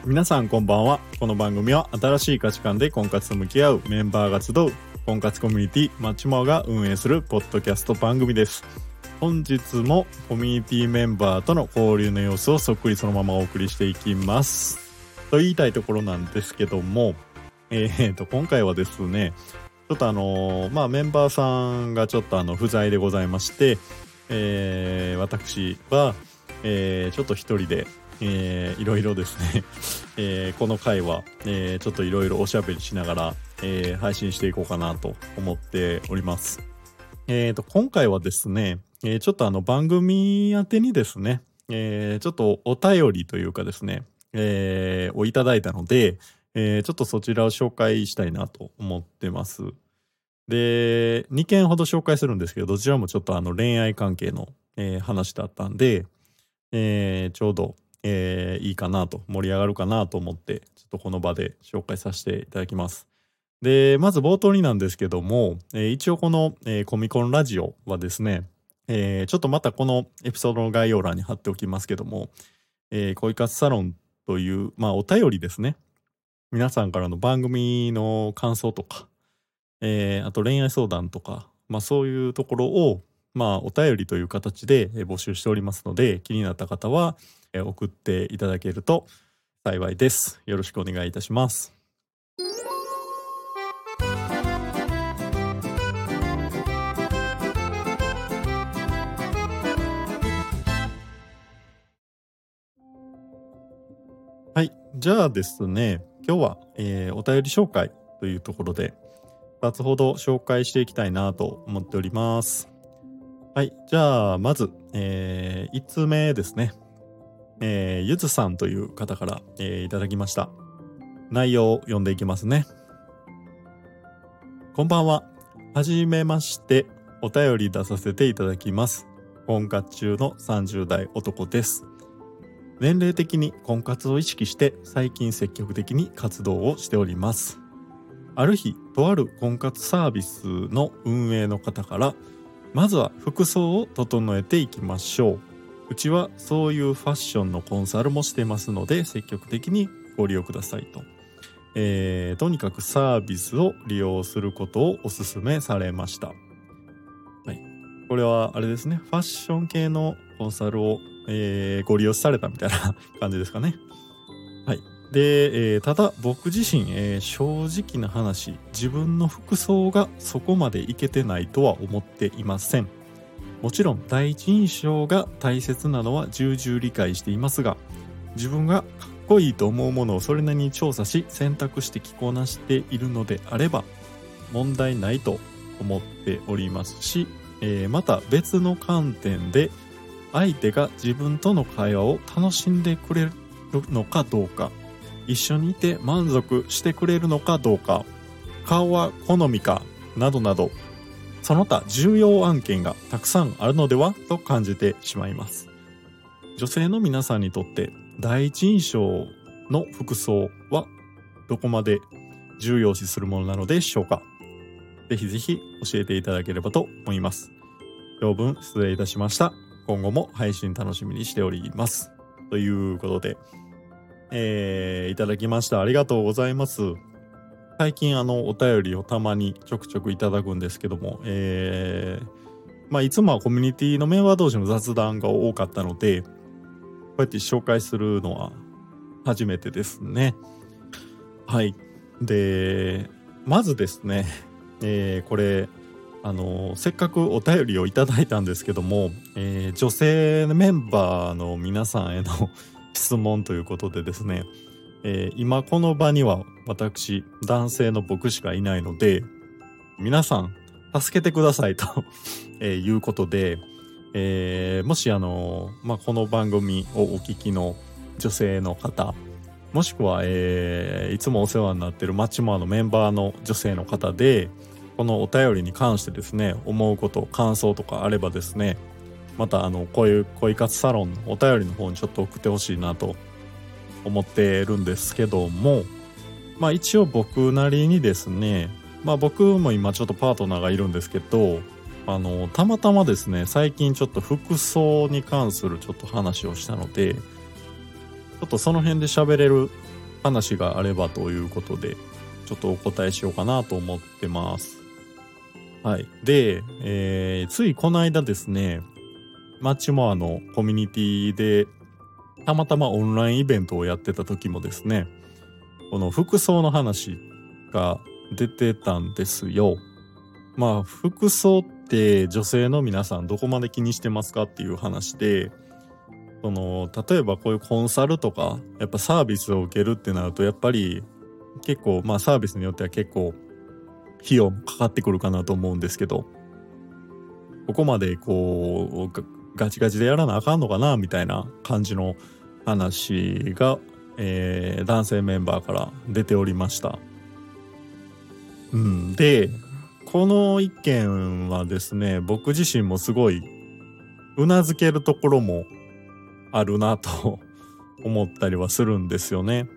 皆さんこんばんは。この番組は新しい価値観で婚活と向き合うメンバーが集う婚活コミュニティマッチモアが運営するポッドキャスト番組です。本日もコミュニティメンバーとの交流の様子をそっくりそのままお送りしていきますと言いたいところなんですけども、今回はですね、ちょっとメンバーさんがちょっと不在でございまして、私は、ちょっと一人でいろいろですね、この回は、ちょっといろいろおしゃべりしながら、配信していこうかなと思っております。今回はですね、ちょっと番組宛てにですね、ちょっとお便りというかですね、をいただいたので、ちょっとそちらを紹介したいなと思ってます。で、2件ほど紹介するんですけど、どちらもちょっと恋愛関係の、話だったんで、ちょうどいいかなと、盛り上がるかなと思ってちょっとこの場で紹介させていただきます。で、まず冒頭になんですけども、一応この、コミコンラジオはですね、ちょっとまたこのエピソードの概要欄に貼っておきますけども、恋活サロンというお便りですね、皆さんからの番組の感想とか、あと恋愛相談とか、そういうところをお便りという形で募集しておりますので、気になった方は送っていただけると幸いです。よろしくお願いいたします。はい、じゃあですね、今日は、お便り紹介というところで2つほど紹介していきたいなと思っております。はい、じゃあまず、1通目ですね。ゆずさんという方から、いただきました。内容を読んでいきますね。こんばんは。はじめまして。お便り出させていただきます。婚活中の30代男です。年齢的に婚活を意識して最近積極的に活動をしております。ある日、とある婚活サービスの運営の方から、まずは服装を整えていきましょう。うちはそういうファッションのコンサルもしてますので積極的にご利用くださいと。とにかくサービスを利用することをお勧めされました。はい。これはあれですね。ファッション系のコンサルを、ご利用されたみたいな感じですかね。はい。で、ただ僕自身、正直な話、自分の服装がそこまでいけてないとは思っていません。もちろん第一印象が大切なのは重々理解していますが、自分がかっこいいと思うものをそれなりに調査し選択して着こなしているのであれば問題ないと思っておりますし、また別の観点で相手が自分との会話を楽しんでくれるのかどうか、一緒にいて満足してくれるのかどうか、顔は好みかなどなど、その他重要案件がたくさんあるのではと感じてしまいます。女性の皆さんにとって第一印象の服装はどこまで重要視するものなのでしょうか。ぜひぜひ教えていただければと思います。長文失礼いたしました。今後も配信楽しみにしております。ということで、いただきました。ありがとうございます。最近お便りをたまにちょくちょくいただくんですけども、いつもはコミュニティのメンバー同士の雑談が多かったので、こうやって紹介するのは初めてですね。はい。で、まずですね、これせっかくお便りをいただいたんですけども、女性メンバーの皆さんへの質問ということでですね、今この場には私男性の僕しかいないので、皆さん助けてくださいということで、もしこの番組をお聞きの女性の方、もしくは、いつもお世話になっているマッチモアのメンバーの女性の方で、このお便りに関してですね、思うこと、感想とかあればですね、またこういう恋活サロンのお便りの方にちょっと送ってほしいなと思ってるんですけども、一応僕なりにですね、僕も今ちょっとパートナーがいるんですけど、たまたまですね、最近ちょっと服装に関するちょっと話をしたので、 ょっとその辺で喋れる話があればということで、ちょっとお答えしようかなと思ってます。はい。で、ついこの間ですね、マッチモアのコミュニティでたまたまオンラインイベントをやってた時もですね、この服装の話が出てたんですよ。まあ服装って女性の皆さんどこまで気にしてますかっていう話で、例えばこういうコンサルとかやっぱサービスを受けるってなると、やっぱり結構まあサービスによっては結構費用もかかってくるかなと思うんですけど、ここまでこうガチガチでやらなあかんのかなみたいな感じの話が、男性メンバーから出ておりました。で、この意見はですね、僕自身もすごいうなずけるところもあるなと思ったりはするんですよね。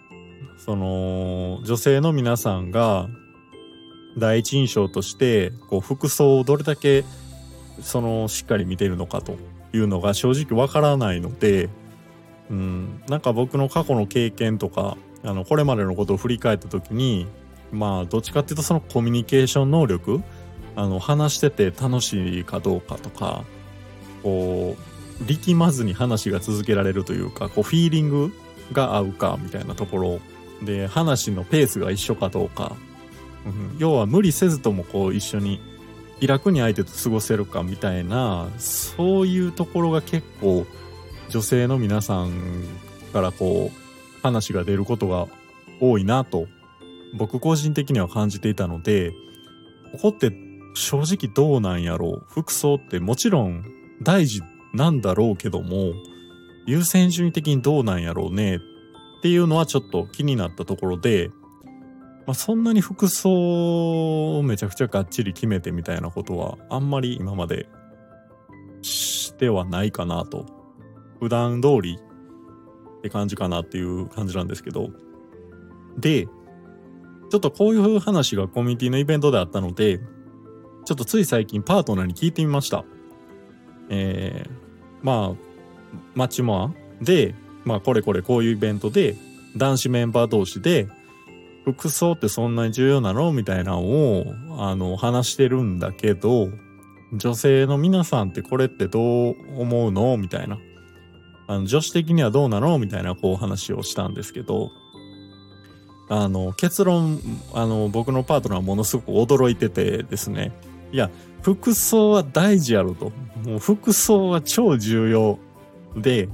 女性の皆さんが第一印象としてこう服装をどれだけしっかり見ているのかというのが正直わからないので、なんか僕の過去の経験とかこれまでのことを振り返った時に、まあどっちかっていうとそのコミュニケーション能力、話してて楽しいかどうかとか、こう力まずに話が続けられるというか、こうフィーリングが合うかみたいなところで、話のペースが一緒かどうか、要は無理せずともこう一緒に気楽に相手と過ごせるかみたいな、そういうところが結構女性の皆さんからこう話が出ることが多いなと僕個人的には感じていたので、ここって正直どうなんやろう、服装ってもちろん大事なんだろうけども、優先順位的にどうなんやろうねっていうのはちょっと気になったところで、そんなに服装をめちゃくちゃがっちり決めてみたいなことはあんまり今までしてはないかなと。普段通りって感じかなっていう感じなんですけど。で、ちょっとこういう話がコミュニティのイベントであったので、ちょっとつい最近パートナーに聞いてみました。マッチモアで、これこういうイベントで男子メンバー同士で服装ってそんなに重要なのみたいなのを話してるんだけど、女性の皆さんってこれってどう思うのみたいな、女子的にはどうなのみたいなこう話をしたんですけど、結論僕のパートナーはものすごく驚いててですね、いや服装は大事やろと、もう服装は超重要で、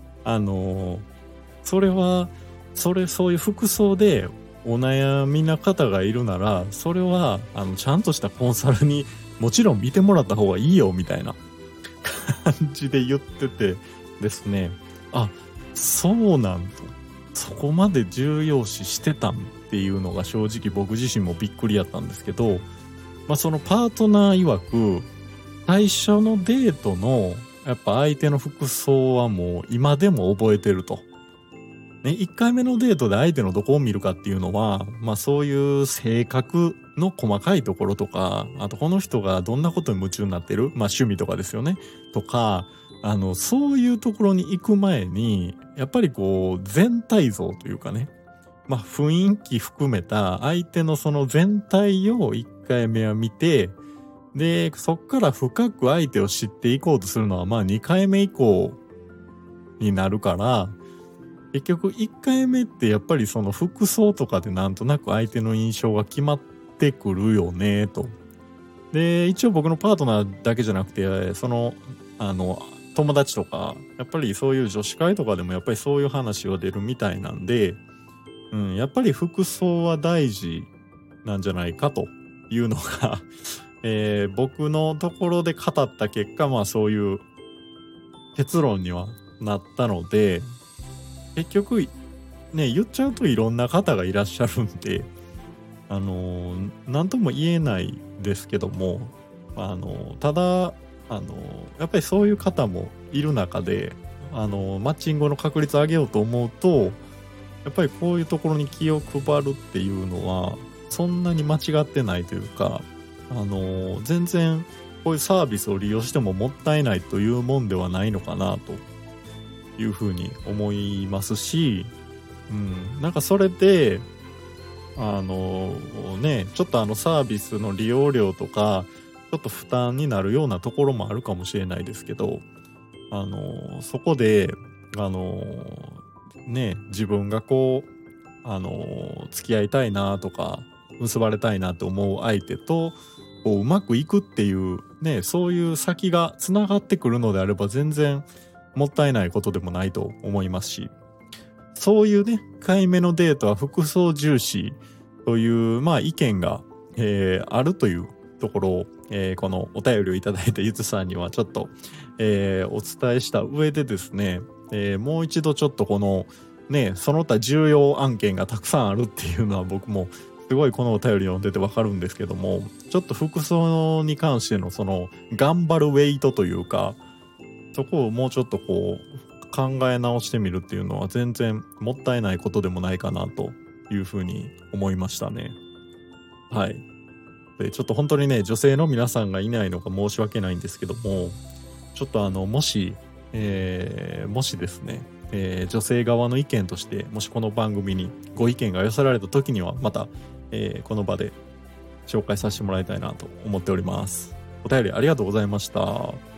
そういう服装でお悩みな方がいるなら、それはちゃんとしたコンサルにもちろん見てもらった方がいいよみたいな感じで言っててですね、あ、そうなんと、そこまで重要視してたんっていうのが正直僕自身もびっくりやったんですけど、そのパートナー曰く最初のデートのやっぱ相手の服装はもう今でも覚えてると。ね、1回目のデートで相手のどこを見るかっていうのは、そういう性格の細かいところとか、あとこの人がどんなことに夢中になってる、趣味とかですよね。とか、そういうところに行く前に、やっぱりこう全体像というかね、雰囲気含めた相手のその全体を1回目は見て、で、そっから深く相手を知っていこうとするのは2回目以降になるから、結局1回目ってやっぱりその服装とかでなんとなく相手の印象が決まってくるよねと。で、一応僕のパートナーだけじゃなくて、友達とか、やっぱりそういう女子会とかでもやっぱりそういう話が出るみたいなんで、やっぱり服装は大事なんじゃないかというのが、僕のところで語った結果、そういう結論にはなったので、結局ね、言っちゃうといろんな方がいらっしゃるんで、なんとも言えないですけども、ただやっぱりそういう方もいる中で、マッチングの確率を上げようと思うと、やっぱりこういうところに気を配るっていうのはそんなに間違ってないというか、全然こういうサービスを利用してももったいないというもんではないのかなというふうに思いますし、なんかそれでちょっとサービスの利用料とかちょっと負担になるようなところもあるかもしれないですけど、そこで自分がこう付き合いたいなとか結ばれたいなと思う相手とこううまくいくっていうね、そういう先がつながってくるのであれば全然もったいないことでもないと思いますし、そういうね回目のデートは服装重視という意見が、あるというところを、このお便りをいただいたゆずさんにはちょっと、お伝えした上でですね、もう一度ちょっとこのねその他重要案件がたくさんあるっていうのは僕もすごいこのお便り読んでてわかるんですけども、ちょっと服装に関してのその頑張るウェイトというか、そこをもうちょっとこう考え直してみるっていうのは全然もったいないことでもないかなというふうに思いましたね。はい。でちょっと本当にね女性の皆さんがいないのが申し訳ないんですけども、ちょっともしですね、女性側の意見としてもしこの番組にご意見が寄せられた時にはまた、この場で紹介させてもらいたいなと思っております。お便りありがとうございました。